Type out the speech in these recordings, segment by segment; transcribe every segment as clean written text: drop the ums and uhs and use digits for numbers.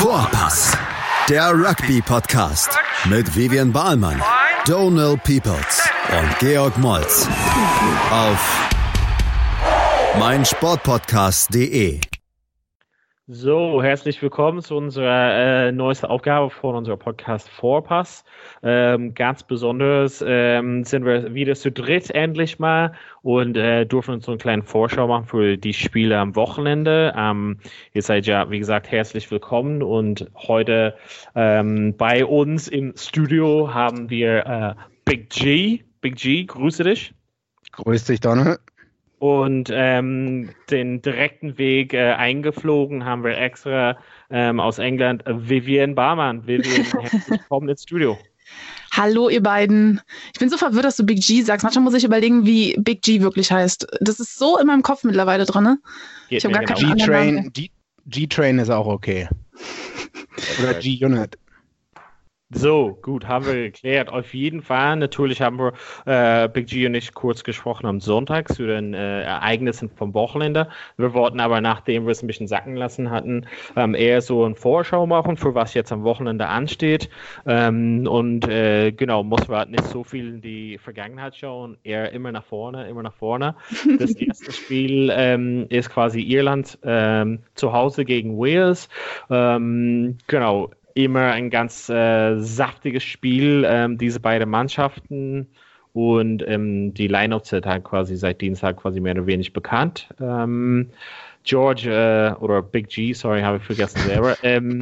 Vorpass, der Rugby-Podcast mit Vivian Bahlmann, Donald Peoples und Georg Moltz auf meinsportpodcast.de. So, herzlich willkommen zu unserer neuesten Aufgabe von unserem Podcast Vorpass. Ganz besonders sind wir wieder zu dritt endlich mal und dürfen uns so einen kleinen Vorschau machen für die Spiele am Wochenende. Ihr seid ja, wie gesagt, herzlich willkommen und heute bei uns im Studio haben wir Big G. Big G, grüße dich. Grüß dich, Donald. Und den direkten Weg eingeflogen haben wir extra aus England Vivian Bahlmann. Vivian, herzlich willkommen ins Studio. Hallo ihr beiden. Ich bin so verwirrt, dass du Big G sagst. Manchmal muss ich überlegen, wie Big G wirklich heißt. Das ist so in meinem Kopf mittlerweile drin, ne? Ich habe gar keinen anderen Namen. G-Train ist auch okay. Oder G-Unit. So, gut, haben wir geklärt. Auf jeden Fall, natürlich haben wir Big G und ich kurz gesprochen am Sonntag zu den Ereignissen vom Wochenende. Wir wollten aber, nachdem wir es ein bisschen sacken lassen hatten, eher so eine Vorschau machen, für was jetzt am Wochenende ansteht. Genau, muss man halt nicht so viel in die Vergangenheit schauen, eher immer nach vorne, immer nach vorne. Das erste Spiel ist quasi Irland zu Hause gegen Wales. Genau. Immer ein ganz saftiges Spiel, diese beiden Mannschaften, und die Line-Ups sind halt quasi seit Dienstag quasi mehr oder weniger bekannt. George oder Big G, sorry, habe ich vergessen selber.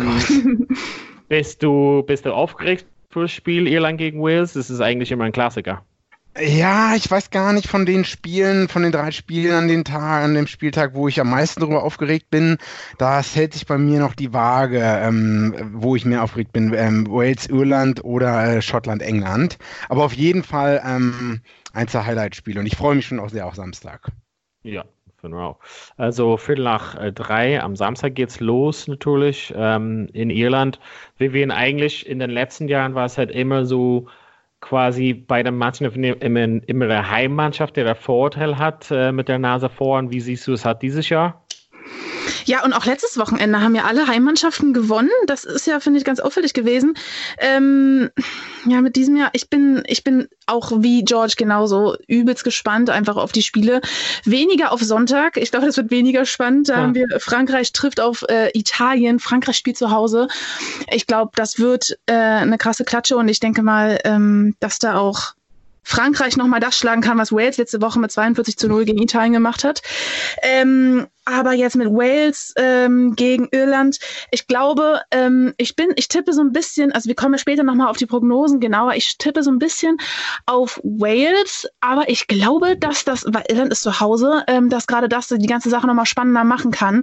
Bist du aufgeregt für das Spiel Irland gegen Wales? Das ist eigentlich immer ein Klassiker. Ja, ich weiß gar nicht von den Spielen, von den 3 Spielen an dem Spieltag, wo ich am meisten darüber aufgeregt bin. Das hält sich bei mir noch die Waage, wo ich mehr aufgeregt bin. Wales, Irland oder Schottland, England. Aber auf jeden Fall eins der Highlight-Spiele. Und ich freue mich schon auch sehr auf Samstag. Ja, genau. Also 2:45 am Samstag geht's los natürlich in Irland. Eigentlich in den letzten Jahren war es halt immer so, quasi bei der Mannschaft immer der Heimmannschaft, der Vorteil hat mit der Nase vorn. Wie siehst du es halt dieses Jahr? Ja, und auch letztes Wochenende haben ja alle Heimmannschaften gewonnen. Das ist ja, finde ich, ganz auffällig gewesen. Ja, mit diesem Jahr, ich bin auch wie George genauso übelst gespannt einfach auf die Spiele. Weniger auf Sonntag. Ich glaube, das wird weniger spannend. Da haben wir Frankreich trifft auf Italien. Frankreich spielt zu Hause. Ich glaube, das wird eine krasse Klatsche, und ich denke mal, dass da auch Frankreich nochmal das schlagen kann, was Wales letzte Woche mit 42:0 gegen Italien gemacht hat. Aber jetzt mit Wales gegen Irland, ich glaube, ich tippe so ein bisschen, also wir kommen ja später nochmal auf die Prognosen genauer, ich tippe so ein bisschen auf Wales, aber ich glaube, dass das, weil Irland ist zu Hause, dass gerade das die ganze Sache nochmal spannender machen kann.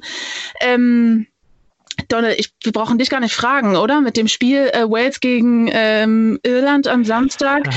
Donald, wir brauchen dich gar nicht fragen, oder? Mit dem Spiel Wales gegen Irland am Samstag.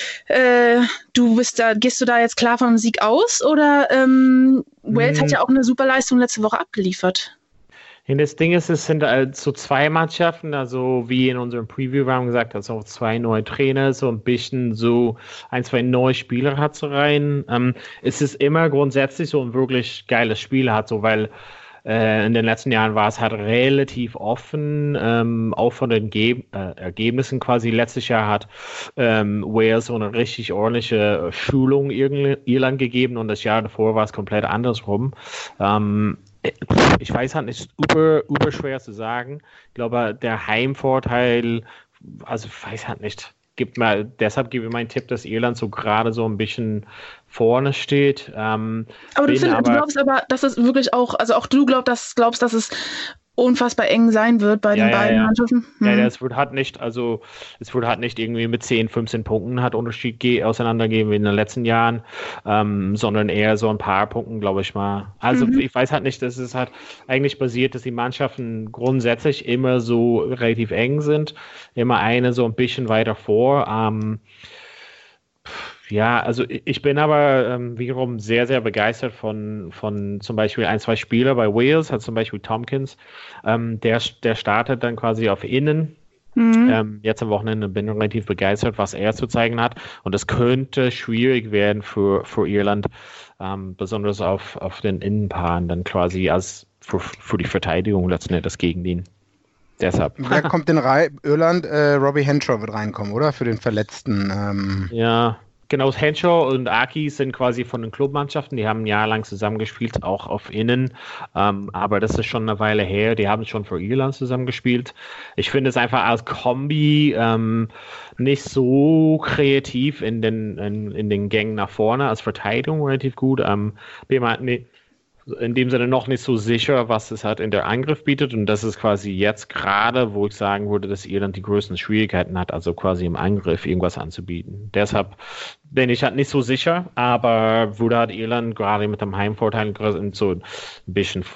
Gehst du da jetzt klar vom Sieg aus? Oder Wales hat ja auch eine super Leistung letzte Woche abgeliefert. Und das Ding ist, es sind halt so 2 Mannschaften, also wie in unserem Preview wir haben gesagt, also auch 2 neue Trainer, so ein bisschen so 1, 2 neue Spieler hat so rein. Es ist immer grundsätzlich so ein wirklich geiles Spiel hat, so, weil in den letzten Jahren war es halt relativ offen, auch von den Ergebnissen quasi. Letztes Jahr hat Wales so eine richtig ordentliche Schulung Irland gegeben, und das Jahr davor war es komplett andersrum. Ich weiß halt nicht, über schwer zu sagen. Ich glaube, der Heimvorteil, also ich weiß halt nicht. Deshalb gebe ich meinen Tipp, dass Irland so gerade so ein bisschen vorne steht. Aber du glaubst aber, dass es wirklich auch, also auch du glaubst, dass es unfassbar eng sein wird bei den beiden Mannschaften. Ja, es wird halt nicht irgendwie mit 10, 15 Punkten hat Unterschied auseinandergehen wie in den letzten Jahren, sondern eher so ein paar Punkten, glaube ich mal. Also ich weiß halt nicht, dass es halt eigentlich basiert, dass die Mannschaften grundsätzlich immer so relativ eng sind, immer eine so ein bisschen weiter vor. Ja, also ich bin aber wiederum sehr, sehr begeistert von zum Beispiel 1, 2 Spieler bei Wales, hat zum Beispiel Tompkins, der startet dann quasi auf Innen. Jetzt am Wochenende bin ich relativ begeistert, was er zu zeigen hat, und es könnte schwierig werden für Irland, besonders auf den Innenpaaren dann quasi für die Verteidigung letzten Endes gegen ihn. Deshalb. Wer kommt denn rein? Irland, Robbie Henshaw wird reinkommen, oder? Für den Verletzten. Ja, genau. Henshaw und Aki sind quasi von den Clubmannschaften. Die haben ein Jahr lang zusammengespielt, auch auf Innen. Aber das ist schon eine Weile her. Die haben schon für Irland zusammengespielt. Ich finde es einfach als Kombi nicht so kreativ in den Gängen nach vorne. Als Verteidigung relativ gut. Bin mir in dem Sinne noch nicht so sicher, was es halt in der Angriff bietet, und das ist quasi jetzt gerade, wo ich sagen würde, dass Irland die größten Schwierigkeiten hat, also quasi im Angriff irgendwas anzubieten. Deshalb bin ich halt nicht so sicher, aber würde halt Irland gerade mit dem Heimvorteil so ein bisschen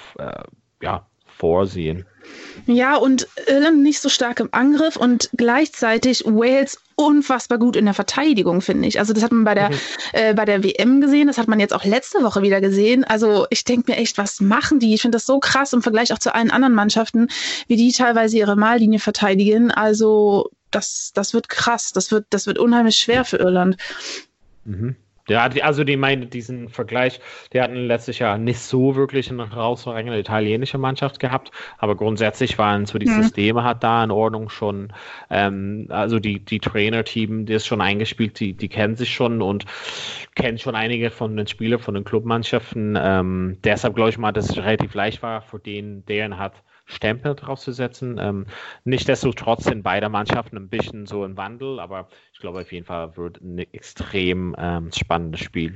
vorsehen. Ja, und Irland nicht so stark im Angriff und gleichzeitig Wales unfassbar gut in der Verteidigung, finde ich. Also das hat man bei der WM gesehen, das hat man jetzt auch letzte Woche wieder gesehen. Also ich denke mir echt, was machen die? Ich finde das so krass im Vergleich auch zu allen anderen Mannschaften, wie die teilweise ihre Mahllinie verteidigen. Also das wird krass, das wird unheimlich schwer für Irland. Mhm. Ja, die meinen diesen Vergleich, die hatten letztes Jahr nicht so wirklich eine herausragende italienische Mannschaft gehabt, aber grundsätzlich waren so die Systeme halt da in Ordnung schon. Also die Trainerteam, die ist schon eingespielt, die kennen sich schon und kennen schon einige von den Spielern von den Clubmannschaften. Deshalb glaube ich mal, dass es relativ leicht war, für deren hat Stempel draufzusetzen. Nichtsdestotrotz sind beide Mannschaften ein bisschen so im Wandel, aber ich glaube auf jeden Fall wird ein extrem spannendes Spiel.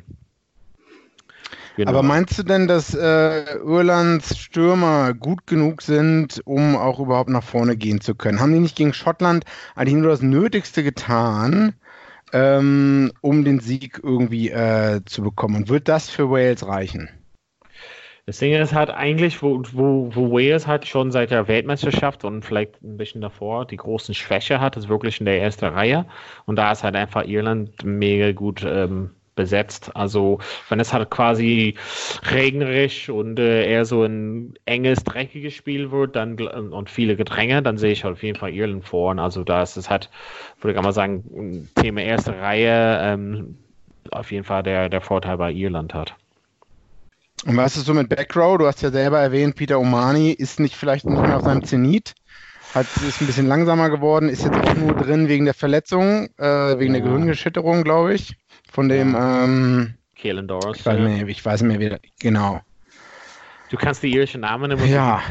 Genau. Aber meinst du denn, dass Irlands Stürmer gut genug sind, um auch überhaupt nach vorne gehen zu können? Haben die nicht gegen Schottland eigentlich nur das Nötigste getan, um den Sieg irgendwie zu bekommen? Und wird das für Wales reichen? Das Ding ist halt eigentlich, wo Wales halt schon seit der Weltmeisterschaft und vielleicht ein bisschen davor die großen Schwäche hat, ist wirklich in der ersten Reihe. Und da ist halt einfach Irland mega gut besetzt. Also wenn es halt quasi regnerisch und eher so ein enges, dreckiges Spiel wird und viele Gedränge, dann sehe ich halt auf jeden Fall Irland vorn. Also da ist es halt, würde ich mal sagen, Thema erste Reihe auf jeden Fall der Vorteil bei Irland hat. Und was ist so mit Backrow? Du hast ja selber erwähnt, Peter O'Mahony ist vielleicht nicht mehr auf seinem Zenit. Ist ein bisschen langsamer geworden, ist jetzt auch nur drin wegen der Verletzung, wegen der Gehirnerschütterung, glaube ich. Von dem Caelan Doris. Ich weiß nicht mehr, wie genau. Du kannst die irischen Namen immer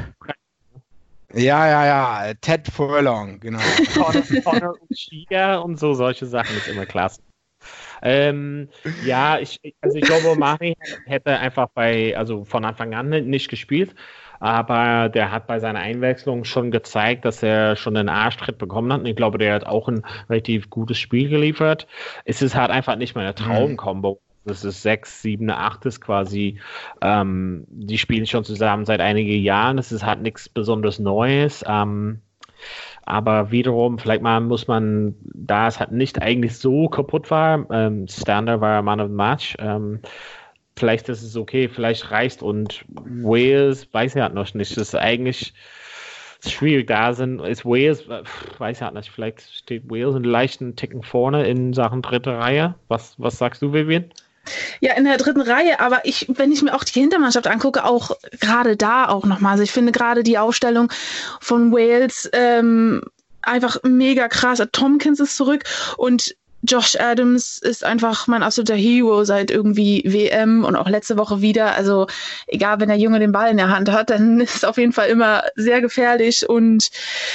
Ja. Ted Furlong, genau. Connor Uchiga und so, solche Sachen ist immer klasse. Ich glaube, O'Mahony hätte einfach von Anfang an nicht gespielt, aber der hat bei seiner Einwechslung schon gezeigt, dass er schon einen Arschtritt bekommen hat, und ich glaube, der hat auch ein relativ gutes Spiel geliefert. Es ist halt einfach nicht mehr eine Traumkombo. Das ist 6, 7, 8 ist quasi, die spielen schon zusammen seit einigen Jahren, das ist halt nichts besonders Neues, aber wiederum, vielleicht mal muss man, da es halt nicht eigentlich so kaputt war, Standard war Man of the Match, vielleicht ist es okay, vielleicht reicht, und Wales, weiß ich halt noch nicht, das ist eigentlich schwierig, ist Wales, weiß ich halt nicht, vielleicht steht Wales einen leichten Ticken vorne in Sachen dritte Reihe. Was sagst du, Vivian? Ja, in der dritten Reihe, aber wenn ich mir auch die Hintermannschaft angucke, auch gerade da auch nochmal. Also ich finde gerade die Aufstellung von Wales einfach mega krass. Tompkins ist zurück und Josh Adams ist einfach mein absoluter Hero seit irgendwie WM und auch letzte Woche wieder. Also egal, wenn der Junge den Ball in der Hand hat, dann ist es auf jeden Fall immer sehr gefährlich, und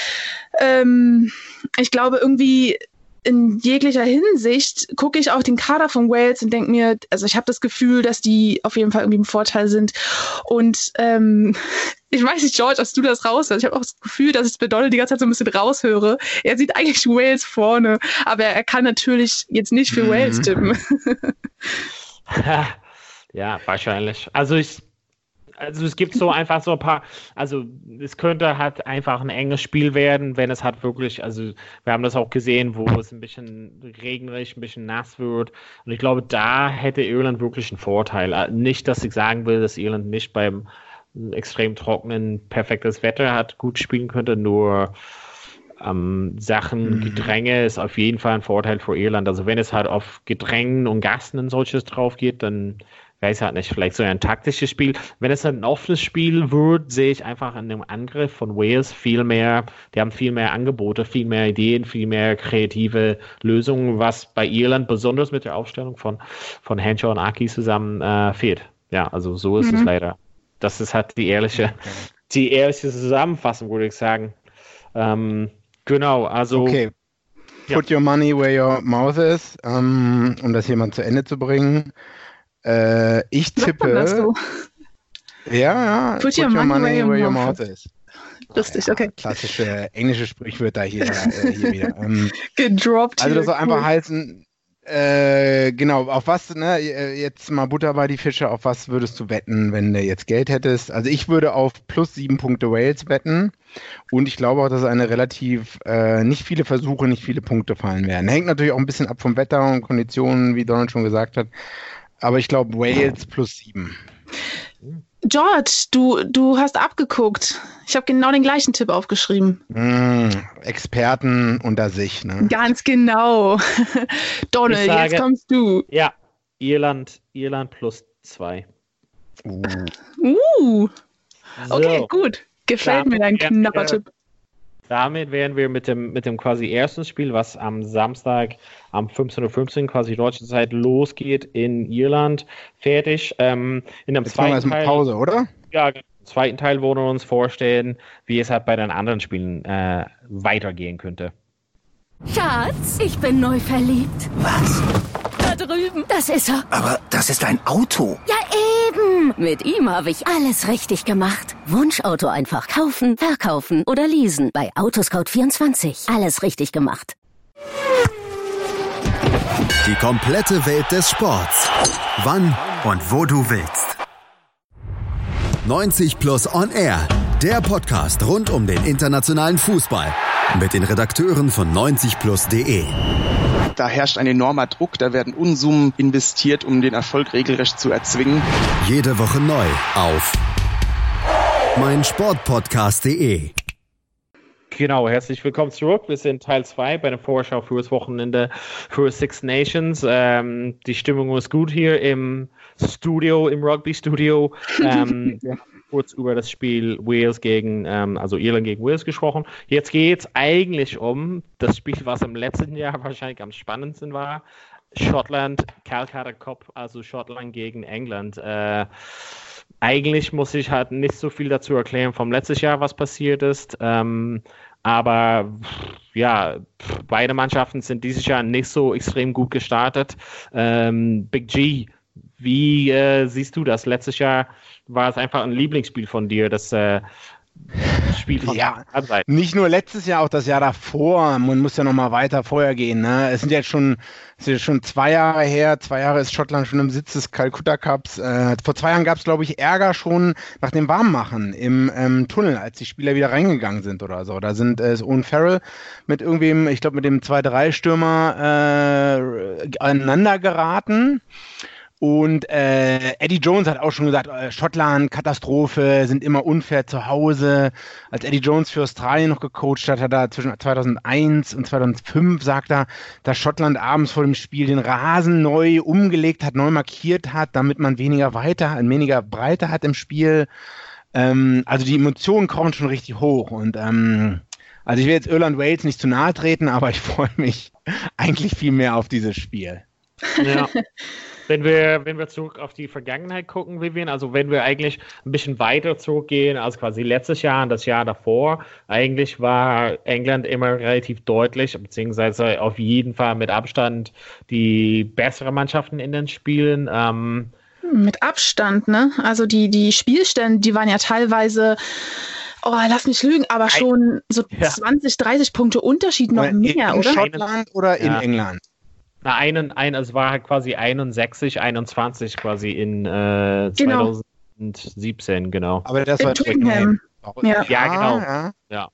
ich glaube irgendwie in jeglicher Hinsicht gucke ich auf den Kader von Wales und denke mir, also ich habe das Gefühl, dass die auf jeden Fall irgendwie im Vorteil sind. Und ich weiß nicht, George, dass du das raushörst. Ich habe auch das Gefühl, dass ich es bedeutet, die ganze Zeit so ein bisschen raushöre. Er sieht eigentlich Wales vorne, aber er kann natürlich jetzt nicht für Wales tippen. Ja, wahrscheinlich. Also es gibt so einfach so ein paar, also es könnte halt einfach ein enges Spiel werden, wenn es halt wirklich, also wir haben das auch gesehen, wo es ein bisschen regnerisch, ein bisschen nass wird, und ich glaube, da hätte Irland wirklich einen Vorteil. Nicht, dass ich sagen will, dass Irland nicht beim extrem trockenen, perfektes Wetter hat, gut spielen könnte, nur Sachen Gedränge ist auf jeden Fall ein Vorteil für Irland. Also wenn es halt auf Gedrängen und Gassen und solches drauf geht, dann weiß halt nicht, vielleicht so ein taktisches Spiel. Wenn es ein offenes Spiel wird, sehe ich einfach in dem Angriff von Wales viel mehr, die haben viel mehr Angebote, viel mehr Ideen, viel mehr kreative Lösungen, was bei Irland besonders mit der Aufstellung von Henshaw und Aki zusammen fehlt. Ja, also so ist es leider. Das ist halt die ehrliche Zusammenfassung, würde ich sagen. Genau, also... Okay. Put your money where your mouth is, um das hier mal zu Ende zu bringen. Ich tippe. Ja. Put your money where your mouth is. Lustig, okay. Klassische englische Sprichwörter hier wieder. Gedroppt. Also das soll einfach heißen, genau, auf was, ne, jetzt mal Butter bei die Fische, auf was würdest du wetten, wenn du jetzt Geld hättest? Also ich würde auf plus 7 Punkte Wales wetten und ich glaube auch, dass eine relativ, nicht viele Versuche, nicht viele Punkte fallen werden. Hängt natürlich auch ein bisschen ab vom Wetter und Konditionen, wie Donald schon gesagt hat, aber ich glaube Wales plus 7. George, du hast abgeguckt. Ich habe genau den gleichen Tipp aufgeschrieben. Experten unter sich, ne? Ganz genau. Donald, jetzt kommst du. Ja, Irland plus 2. Okay, gut. Gefällt mir dein knapper Tipp. Damit wären wir mit dem quasi ersten Spiel, was am Samstag am 15:15 Uhr quasi deutsche Zeit losgeht in Irland, fertig. In dem zweiten Teil, Pause, oder? Ja, im zweiten Teil wollen wir uns vorstellen, wie es halt bei den anderen Spielen weitergehen könnte. Schatz, ich bin neu verliebt. Was? Da drüben. Das ist er. Aber das ist ein Auto. Ja, eben. Mit ihm habe ich alles richtig gemacht. Wunschauto einfach kaufen, verkaufen oder leasen. Bei Autoscout24. Alles richtig gemacht. Die komplette Welt des Sports. Wann und wo du willst. 90 Plus On Air. Der Podcast rund um den internationalen Fußball. Mit den Redakteuren von 90plus.de. Da herrscht ein enormer Druck, da werden Unsummen investiert, um den Erfolg regelrecht zu erzwingen. Jede Woche neu auf meinsportpodcast.de. Genau, herzlich willkommen zurück. Wir sind Teil 2 bei der Vorschau für das Wochenende für Six Nations. Die Stimmung ist gut hier im Studio, im Rugby-Studio. Wir haben kurz über das Spiel Irland gegen Wales gesprochen. Jetzt geht es eigentlich um das Spiel, was im letzten Jahr wahrscheinlich am spannendsten war. Schottland, Calcutta Cup, also Schottland gegen England. Eigentlich muss ich halt nicht so viel dazu erklären vom letzten Jahr, was passiert ist. Aber ja, beide Mannschaften sind dieses Jahr nicht so extrem gut gestartet. Big G, wie siehst du das? Letztes Jahr war es einfach ein Lieblingsspiel von dir, das Spiel von ja, nicht nur letztes Jahr, auch das Jahr davor. Man muss ja noch mal weiter vorher gehen. Ne? Es sind jetzt schon 2 Jahre her. 2 Jahre ist Schottland schon im Sitz des Calcutta Cups. Vor 2 Jahren gab es, glaube ich, Ärger schon nach dem Warmmachen im Tunnel, als die Spieler wieder reingegangen sind oder so. Da sind Owen Farrell mit irgendwem, ich glaube mit dem 2-3-Stürmer aneinander geraten. Und Eddie Jones hat auch schon gesagt, Schottland, Katastrophe, sind immer unfair zu Hause. Als Eddie Jones für Australien noch gecoacht hat, hat er zwischen 2001 und 2005, sagt er, dass Schottland abends vor dem Spiel den Rasen neu umgelegt hat, neu markiert hat, damit man weniger Breite hat im Spiel. Also die Emotionen kommen schon richtig hoch. Und also ich will jetzt Irland-Wales nicht zu nahe treten, aber ich freue mich eigentlich viel mehr auf dieses Spiel. Ja. Wenn wir zurück auf die Vergangenheit gucken, Vivian, also wenn wir eigentlich ein bisschen weiter zurückgehen als quasi letztes Jahr und das Jahr davor, eigentlich war England immer relativ deutlich, beziehungsweise auf jeden Fall mit Abstand die bessere Mannschaften in den Spielen. Mit Abstand, ne? Also die Spielstände, die waren ja teilweise, lass mich lügen, aber schon so 20, 30 Punkte Unterschied noch mehr, in oder? In Schottland oder in England? Na, es war halt quasi 61, 21 quasi in 2017, genau. Aber das war Twickenham. Ja, genau. Ja.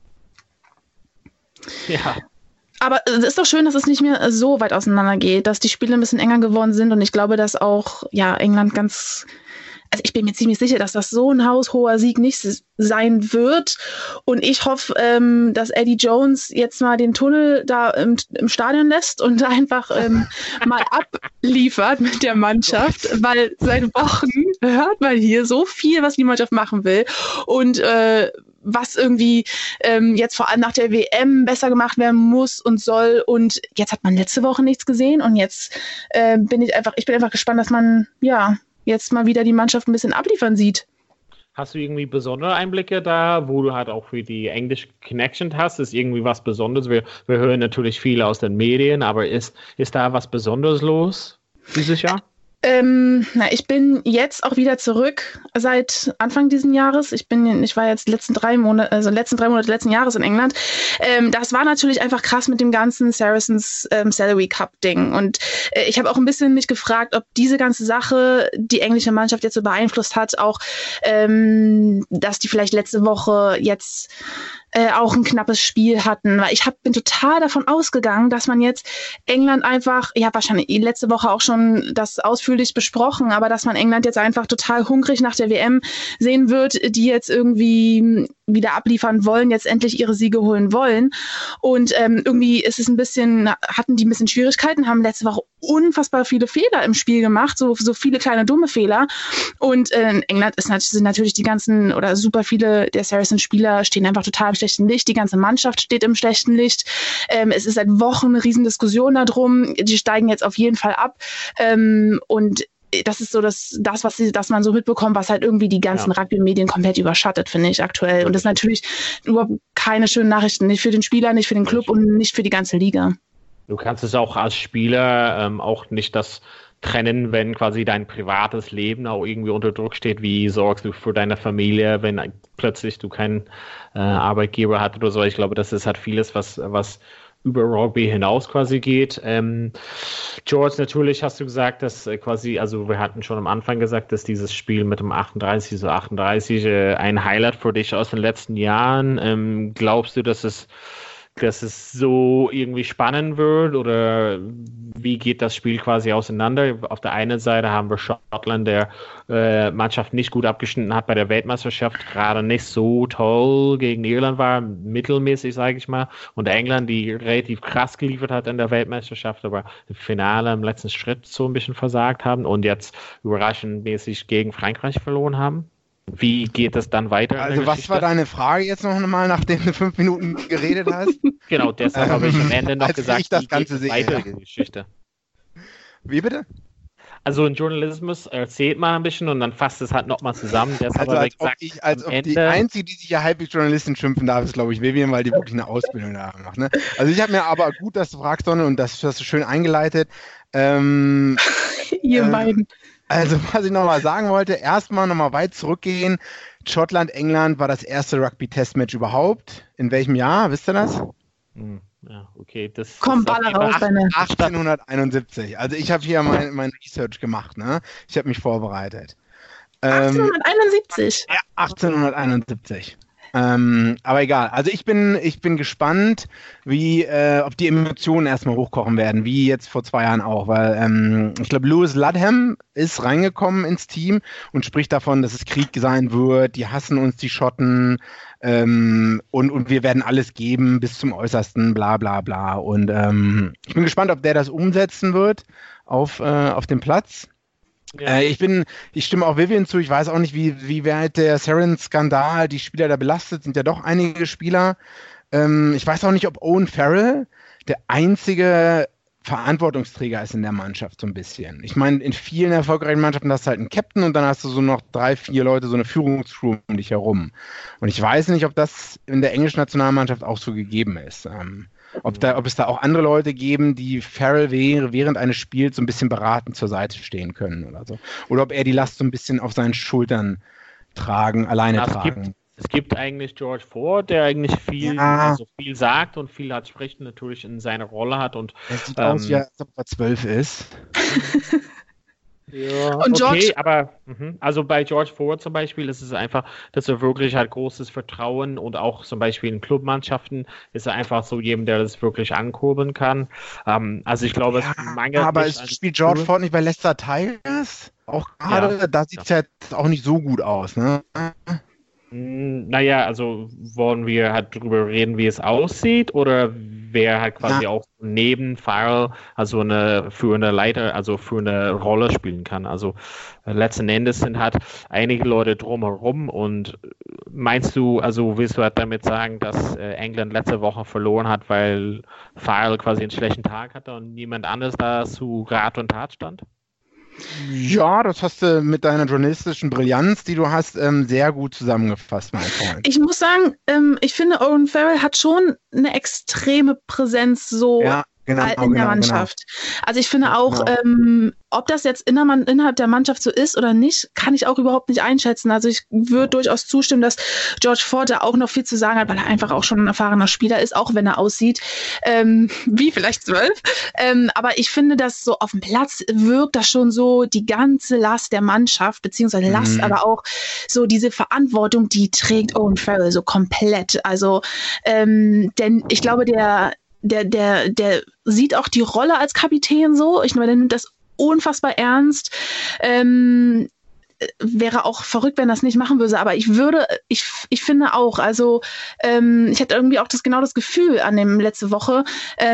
Aber es ist doch schön, dass es nicht mehr so weit auseinander geht, dass die Spiele ein bisschen enger geworden sind und ich glaube, dass auch England ganz also ich bin mir ziemlich sicher, dass das so ein haushoher Sieg nicht sein wird. Und ich hoffe, dass Eddie Jones jetzt mal den Tunnel da im Stadion lässt und einfach mal abliefert mit der Mannschaft, weil seit Wochen hört man hier so viel, was die Mannschaft machen will. Und was irgendwie jetzt vor allem nach der WM besser gemacht werden muss und soll. Und jetzt hat man letzte Woche nichts gesehen und jetzt bin ich einfach gespannt, dass man jetzt mal wieder die Mannschaft ein bisschen abliefern sieht. Hast du irgendwie besondere Einblicke da, wo du halt auch für die English Connection hast? Ist irgendwie was Besonderes? Wir hören natürlich viel aus den Medien, aber ist da was Besonderes los dieses Jahr? Ich bin jetzt auch wieder zurück seit Anfang diesen Jahres. Ich war jetzt letzten drei Monate letzten Jahres in England. Das war natürlich einfach krass mit dem ganzen Saracens Salary Cup Ding. Und ich habe auch ein bisschen mich gefragt, ob diese ganze Sache die englische Mannschaft jetzt so beeinflusst hat, auch dass die vielleicht letzte Woche jetzt auch ein knappes Spiel hatten, weil ich bin total davon ausgegangen, dass man jetzt England einfach, wahrscheinlich letzte Woche auch schon das ausführlich besprochen, aber dass man England jetzt einfach total hungrig nach der WM sehen wird, die jetzt irgendwie wieder abliefern wollen, jetzt endlich ihre Siege holen wollen. Und irgendwie hatten die ein bisschen Schwierigkeiten, haben letzte Woche unfassbar viele Fehler im Spiel gemacht, so viele kleine dumme Fehler. Und in England sind natürlich die ganzen oder super viele der Saracens-Spieler stehen einfach total im schlechten Licht. Die ganze Mannschaft steht im schlechten Licht. Es ist seit Wochen eine Riesendiskussion darum. Die steigen jetzt auf jeden Fall ab. Und das ist so das was man so mitbekommt, was halt irgendwie die ganzen Rugby-Medien komplett überschattet, finde ich aktuell. Und das ist natürlich überhaupt keine schönen Nachrichten, nicht für den Spieler, nicht für den Club und nicht für die ganze Liga. Du kannst es auch als Spieler auch nicht das trennen, wenn quasi dein privates Leben auch irgendwie unter Druck steht. Wie sorgst du für deine Familie, wenn plötzlich du keinen Arbeitgeber hast oder so? Ich glaube, das ist halt vieles, was über Rugby hinaus quasi geht. George, natürlich hast du gesagt, dass wir hatten schon am Anfang gesagt, dass dieses Spiel mit dem 38 ein Highlight für dich aus den letzten Jahren. Glaubst du, dass es so irgendwie spannend wird oder wie geht das Spiel quasi auseinander? Auf der einen Seite haben wir Schottland, der Mannschaft nicht gut abgeschnitten hat bei der Weltmeisterschaft, gerade nicht so toll gegen Irland war, mittelmäßig, sage ich mal, und England, die relativ krass geliefert hat in der Weltmeisterschaft, aber im Finale im letzten Schritt so ein bisschen versagt haben und jetzt überraschendmäßig gegen Frankreich verloren haben. Wie geht es dann weiter? Also was war deine Frage jetzt noch einmal, nachdem du 5 Minuten geredet hast? Genau, deshalb habe ich am Ende noch gesagt, wie geht es weiter die Geschichte. Wie bitte? Also in Journalismus erzählt man ein bisschen und dann fasst es halt nochmal zusammen. Deshalb habe ich gesagt, als ob die Einzige, die sich ja halbwegs Journalistin schimpfen darf, ist, glaube ich, Vivian, weil die wirklich eine Ausbildung da macht. Ne? Also ich habe mir aber gut, dass du fragst, Sonne, und das hast du schön eingeleitet. Ihr beiden. Also, was ich nochmal sagen wollte, erstmal nochmal weit zurückgehen. Schottland, England war das erste Rugby-Testmatch überhaupt. In welchem Jahr? Wisst ihr das? Ja, okay. Komm, baller raus, 1871. Also ich habe hier mein Research gemacht, ne? Ich habe mich vorbereitet. 1871? Ja, 1871. Aber egal. Also ich bin gespannt, ob die Emotionen erstmal hochkochen werden, wie jetzt vor 2 Jahren auch, weil ich glaube, Lewis Ludham ist reingekommen ins Team und spricht davon, dass es Krieg sein wird, die hassen uns, die Schotten, und wir werden alles geben bis zum Äußersten, bla bla bla. Und ich bin gespannt, ob der das umsetzen wird auf dem Platz. Ja. Ich stimme auch Vivian zu, ich weiß auch nicht, wie weit der Saren-Skandal die Spieler da belastet, sind ja doch einige Spieler. Ich weiß auch nicht, ob Owen Farrell der einzige Verantwortungsträger ist in der Mannschaft so ein bisschen. Ich meine, in vielen erfolgreichen Mannschaften hast du halt einen Captain und dann hast du so noch 3, 4 Leute, so eine Führungscrew um dich herum. Und ich weiß nicht, ob das in der englischen Nationalmannschaft auch so gegeben ist. Ob es da auch andere Leute geben, die Farrell während eines Spiels so ein bisschen beratend zur Seite stehen können oder so. Oder ob er die Last so ein bisschen auf seinen Schultern tragen. Es gibt eigentlich George Ford, der eigentlich viel sagt und viel hat spricht, natürlich in seiner Rolle hat. Und er sieht aus, wie als ob er 12 ist. Ja, Und George, aber also bei George Ford zum Beispiel ist es einfach, dass er wirklich halt großes Vertrauen und auch zum Beispiel in Clubmannschaften ist er einfach so jemand, der das wirklich ankurbeln kann. Also ich glaube, es mangelt aber nicht spielt George Ford nicht bei Leicester Tigers? Auch gerade, da sieht es ja jetzt auch nicht so gut aus, ne? Naja, also wollen wir halt drüber reden, wie es aussieht, oder wer halt quasi auch neben Farrell also eine führende Leiter, also führende Rolle spielen kann. Also letzten Endes sind halt einige Leute drumherum, und meinst du, also willst du halt damit sagen, dass England letzte Woche verloren hat, weil Farrell quasi einen schlechten Tag hatte und niemand anderes da zu Rat und Tat stand? Ja, das hast du mit deiner journalistischen Brillanz, die du hast, sehr gut zusammengefasst, mein Freund. ich muss sagen, ich finde, Owen Farrell hat schon eine extreme Präsenz so in der Mannschaft. Also ich finde auch, ob das jetzt innerhalb der Mannschaft so ist oder nicht, kann ich auch überhaupt nicht einschätzen. Also ich würde durchaus zustimmen, dass George Ford da auch noch viel zu sagen hat, weil er einfach auch schon ein erfahrener Spieler ist, auch wenn er aussieht wie vielleicht 12. Aber ich finde, dass so auf dem Platz wirkt das schon so die ganze Last der Mannschaft, beziehungsweise Last, aber auch so diese Verantwortung, die trägt Owen Farrell so komplett. Also denn ich glaube, der sieht auch die Rolle als Kapitän so. Ich meine, der nimmt das unfassbar ernst. Wäre auch verrückt, wenn das nicht machen würde. Aber ich finde auch, also ich hatte irgendwie auch genau das Gefühl an dem letzte Woche,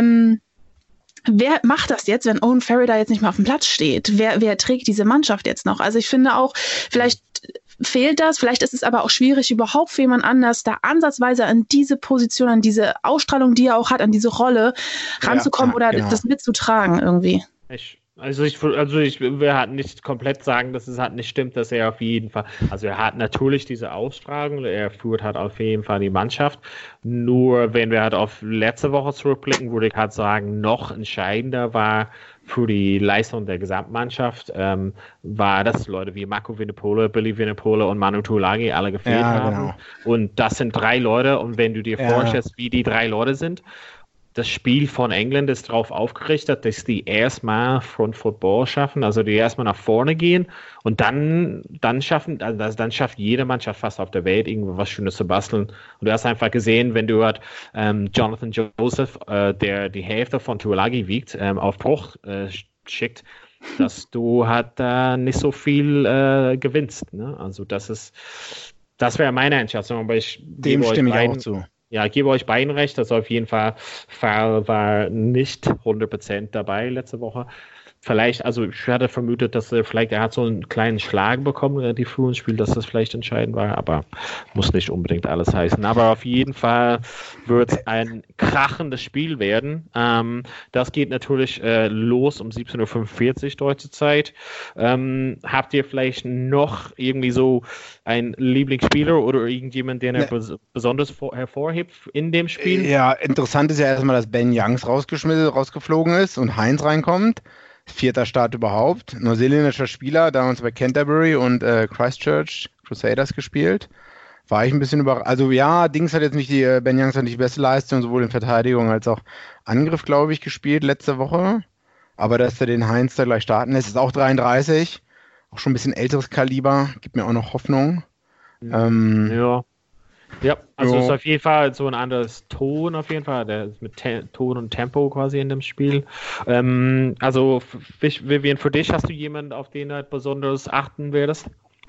wer macht das jetzt, wenn Owen Farrell da jetzt nicht mehr auf dem Platz steht? Wer trägt diese Mannschaft jetzt noch? Also ich finde auch, vielleicht fehlt das, vielleicht ist es aber auch schwierig, überhaupt für jemand anders da ansatzweise an diese Position, an diese Ausstrahlung, die er auch hat, an diese Rolle ranzukommen oder das mitzutragen irgendwie. Ich will halt nicht komplett sagen, dass es halt nicht stimmt, dass er auf jeden Fall, also er hat natürlich diese Ausstrahlung, er führt halt auf jeden Fall die Mannschaft, nur wenn wir halt auf letzte Woche zurückblicken, würde ich halt sagen, noch entscheidender war für die Leistung der Gesamtmannschaft, war, dass Leute wie Marco Vunipola, Billy Vunipola und Manu Tuilagi alle gefehlt haben. Genau. Und das sind 3 Leute, und wenn du dir vorstellst, wie die 3 Leute sind, das Spiel von England ist darauf aufgerichtet, dass die erstmal Front Football schaffen, also die erstmal nach vorne gehen und dann schafft jede Mannschaft fast auf der Welt irgendwas Schönes zu basteln. Und du hast einfach gesehen, wenn du halt Jonathan Joseph, der die Hälfte von Tuilagi wiegt, auf Bruch schickt, dass du halt nicht so viel gewinnst. Ne? Also das wäre meine Einschätzung, aber dem stimme ich auch zu. Ja, ich gebe euch beiden recht, also auf jeden Fall, Farrell war nicht 100% dabei letzte Woche. Vielleicht, also ich hatte vermutet, dass er hat so einen kleinen Schlag bekommen, relativ früh im Spiel, dass das vielleicht entscheidend war, aber muss nicht unbedingt alles heißen. Aber auf jeden Fall wird es ein krachendes Spiel werden. Das geht natürlich los um 17:45 Uhr deutsche Zeit. Habt ihr vielleicht noch irgendwie so einen Lieblingsspieler oder irgendjemand, den er besonders hervorhebt in dem Spiel? Ja, interessant ist ja erstmal, dass Ben Youngs rausgeflogen ist und Heinz reinkommt. 4. Start überhaupt. Neuseeländischer Spieler, damals bei Canterbury und Christchurch Crusaders gespielt. War ich ein bisschen überrascht. Also ja, Ben Youngs hat nicht die beste Leistung, sowohl in Verteidigung als auch Angriff, glaube ich, gespielt letzte Woche. Aber dass er den Heinz da gleich starten lässt, ist auch 33. Auch schon ein bisschen älteres Kaliber. Gibt mir auch noch Hoffnung. Ja, also es ist auf jeden Fall so ein anderes Ton auf jeden Fall, der ist mit Ton und Tempo quasi in dem Spiel. Also Vivian, für dich, hast du jemanden, auf den du halt besonders achten würdest?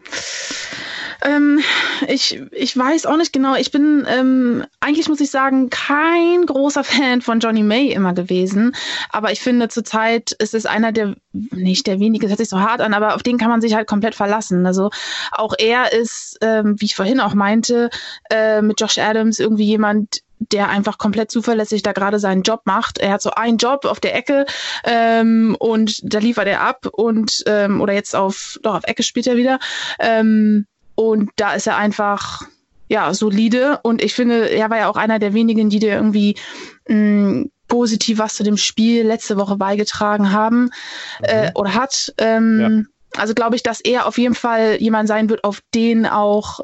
Ich weiß auch nicht genau. Ich bin eigentlich, muss ich sagen, kein großer Fan von Johnny May immer gewesen. Aber ich finde, zurzeit ist es einer nicht der wenigen, das hört sich so hart an, aber auf den kann man sich halt komplett verlassen. Also auch er ist, wie ich vorhin auch meinte, mit Josh Adams irgendwie jemand, der einfach komplett zuverlässig da gerade seinen Job macht. Er hat so einen Job auf der Ecke und da liefert er ab und oder jetzt auf Ecke spielt er wieder. Und da ist er einfach, solide. Und ich finde, er war ja auch einer der wenigen, die dir irgendwie positiv was zu dem Spiel letzte Woche beigetragen haben oder hat. Also glaube ich, dass er auf jeden Fall jemand sein wird, auf den auch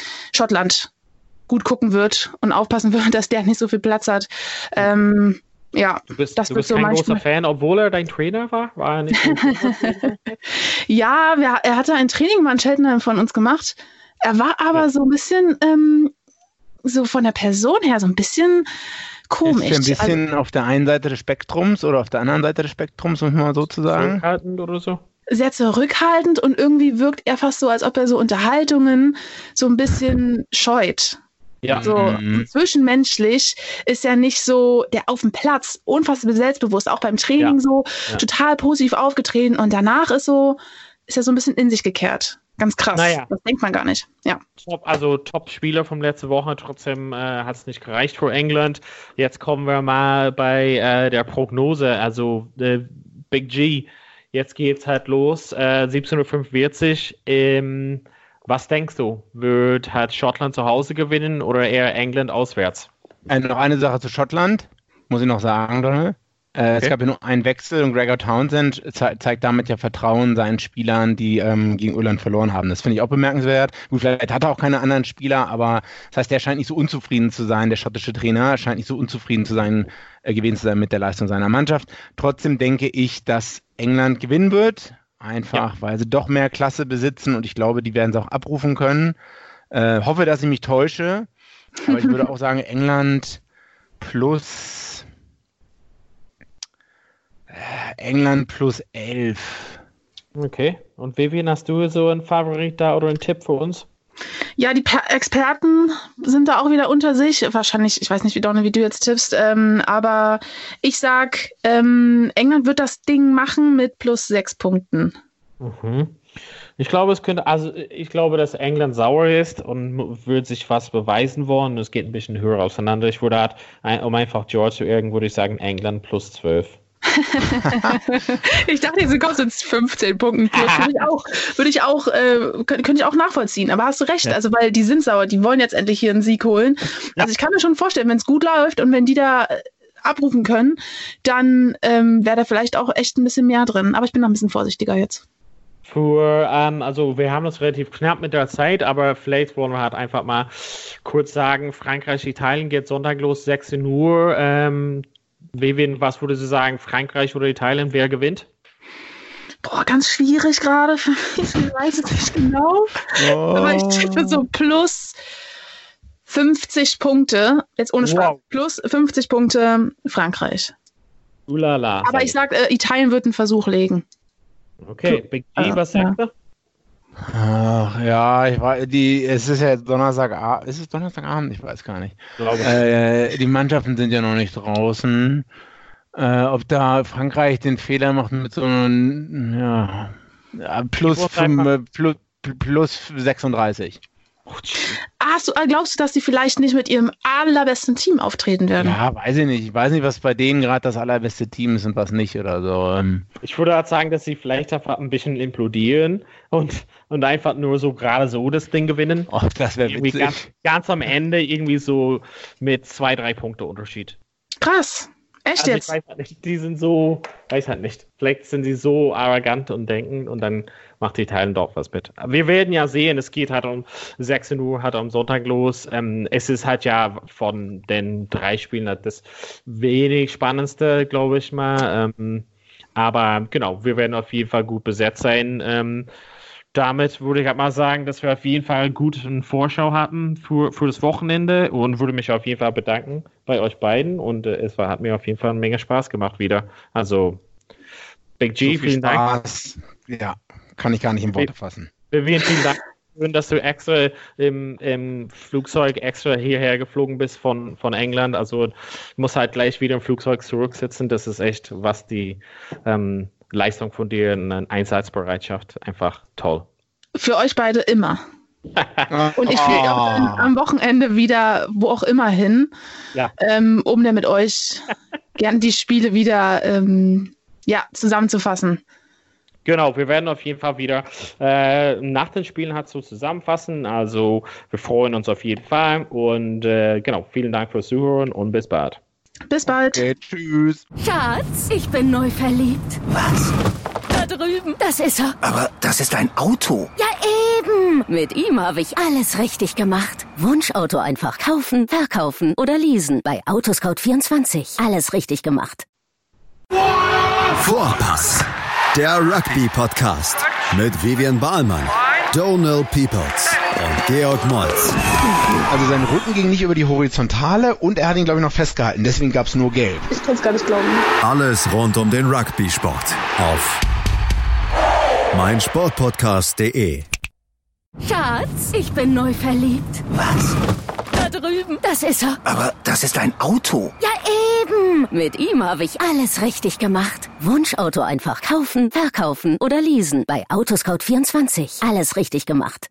Schottland gut gucken wird und aufpassen wird, dass der nicht so viel Platz hat. Ja, Du bist das wird so kein mein großer Spiel. Fan, obwohl er dein Trainer war? War er nicht so Ja, er hatte ein Training mal in Cheltenham von uns gemacht. Er war aber so ein bisschen, so von der Person her, so ein bisschen komisch. Ist er ein bisschen auf der einen Seite des Spektrums oder auf der anderen Seite des Spektrums, muss man mal so zu sagen? zurückhaltend oder so? Sehr zurückhaltend und irgendwie wirkt er fast so, als ob er so Unterhaltungen so ein bisschen scheut. Ja. So zwischenmenschlich ist er nicht so, der auf dem Platz unfassbar selbstbewusst, auch beim Training so total positiv aufgetreten und danach ist er so ein bisschen in sich gekehrt. Ganz krass. Naja. Das denkt man gar nicht. Ja. Top-Spieler vom letzte Woche, trotzdem hat es nicht gereicht für England. Jetzt kommen wir mal bei der Prognose, also Big G. Jetzt geht's halt los, 17:45 Uhr. Was denkst du? Hat Schottland zu Hause gewinnen oder eher England auswärts? Noch eine Sache zu Schottland, muss ich noch sagen, Donald. Es gab ja nur einen Wechsel und Gregor Townsend zeigt damit ja Vertrauen seinen Spielern, die gegen Irland verloren haben. Das finde ich auch bemerkenswert. Gut, vielleicht hat er auch keine anderen Spieler, aber das heißt, der scheint nicht so unzufrieden zu sein, der schottische Trainer scheint nicht so unzufrieden zu sein, gewesen zu sein mit der Leistung seiner Mannschaft. Trotzdem denke ich, dass England gewinnen wird, einfach weil sie doch mehr Klasse besitzen und ich glaube, die werden es auch abrufen können. Hoffe, dass ich mich täusche, aber ich würde auch sagen, England plus 11. Okay. Und Vivian, hast du so einen Favorit da oder einen Tipp für uns? Ja, die Experten sind da auch wieder unter sich. Wahrscheinlich, ich weiß nicht, wie du jetzt tippst, aber ich sag, England wird das Ding machen mit plus 6 Punkten. Mhm. Ich glaube, dass England sauer ist und wird sich was beweisen wollen. Es geht ein bisschen höher auseinander. Ich würde um einfach George zu ärgern, würde ich sagen, England plus 12. Ich dachte, sie kommt jetzt 15 Punkten plus. Könnte ich auch nachvollziehen. Aber hast du recht, also weil die sind sauer, die wollen jetzt endlich hier einen Sieg holen. Also ich kann mir schon vorstellen, wenn es gut läuft und wenn die da abrufen können, dann wäre da vielleicht auch echt ein bisschen mehr drin. Aber ich bin noch ein bisschen vorsichtiger jetzt. Also wir haben das relativ knapp mit der Zeit, aber vielleicht wollen wir halt einfach mal kurz sagen, Frankreich, Italien geht Sonntag los, 16 Uhr. Vivian, was würdest du sagen, Frankreich oder Italien, wer gewinnt? Boah, ganz schwierig gerade für mich, ich weiß es nicht genau. Aber ich tippe so plus 50 Punkte, jetzt ohne Spaß, plus 50 Punkte Frankreich. Ulala. Aber ich sag, Italien wird einen Versuch legen. Okay, Big G, was sagst du? Ach, ja, es ist ja jetzt Donnerstagabend. Ist es Donnerstagabend? Ich weiß gar nicht. Die Mannschaften sind ja noch nicht draußen. Ob da Frankreich den Fehler macht mit so einem plus 36. Glaubst du, dass sie vielleicht nicht mit ihrem allerbesten Team auftreten werden? Ja, weiß ich nicht. Ich weiß nicht, was bei denen gerade das allerbeste Team ist und was nicht oder so. Ich würde halt sagen, dass sie vielleicht einfach ein bisschen implodieren und einfach nur so gerade so das Ding gewinnen. Oh, das wäre witzig. Ganz am Ende irgendwie so mit 2-3 Punkte Unterschied. Krass. Echt jetzt? Ich weiß halt nicht, die sind so, weiß halt nicht. Vielleicht sind sie so arrogant und denken und dann macht die Italien doch was mit. Wir werden ja sehen, es geht halt um 16 Uhr, halt am Sonntag los. Es ist halt ja von den 3 Spielen halt das wenig spannendste, glaube ich mal. Aber genau, wir werden auf jeden Fall gut besetzt sein. Damit würde ich halt mal sagen, dass wir auf jeden Fall gut eine Vorschau hatten für das Wochenende und würde mich auf jeden Fall bedanken bei euch beiden und hat mir auf jeden Fall eine Menge Spaß gemacht wieder. Also Big G, so vielen Dank. Ja, kann ich gar nicht in Worte fassen. Vivian, vielen Dank. Schön, dass du extra im Flugzeug extra hierher geflogen bist von England. Also ich muss halt gleich wieder im Flugzeug zurücksitzen. Das ist echt, was die Leistung von dir, eine Einsatzbereitschaft, einfach toll. Für euch beide immer. Und ich fliege auch dann am Wochenende wieder, wo auch immer hin, um dann mit euch gern die Spiele wieder zusammenzufassen. Genau, wir werden auf jeden Fall wieder nach den Spielen halt so zusammenfassen. Also wir freuen uns auf jeden Fall und genau, vielen Dank fürs Zuhören und bis bald. Bis bald. Okay, tschüss. Schatz, ich bin neu verliebt. Was? Da drüben. Das ist er. Aber das ist ein Auto. Ja, eben! Mit ihm habe ich alles richtig gemacht. Wunschauto einfach kaufen, verkaufen oder leasen. Bei Autoscout24. Alles richtig gemacht. Vorpass, der Rugby-Podcast mit Vivian Bahlmann, Donald Peoples und Georg Moltz. Also sein Rücken ging nicht über die Horizontale und er hat ihn, glaube ich, noch festgehalten. Deswegen gab es nur Gelb. Ich kann es gar nicht glauben. Alles rund um den Rugby-Sport auf meinsportpodcast.de. Schatz, ich bin neu verliebt. Was? Da drüben. Das ist er. Aber das ist ein Auto. Ja, eben. Mit ihm habe ich alles richtig gemacht. Wunschauto einfach kaufen, verkaufen oder leasen. Bei Autoscout24. Alles richtig gemacht.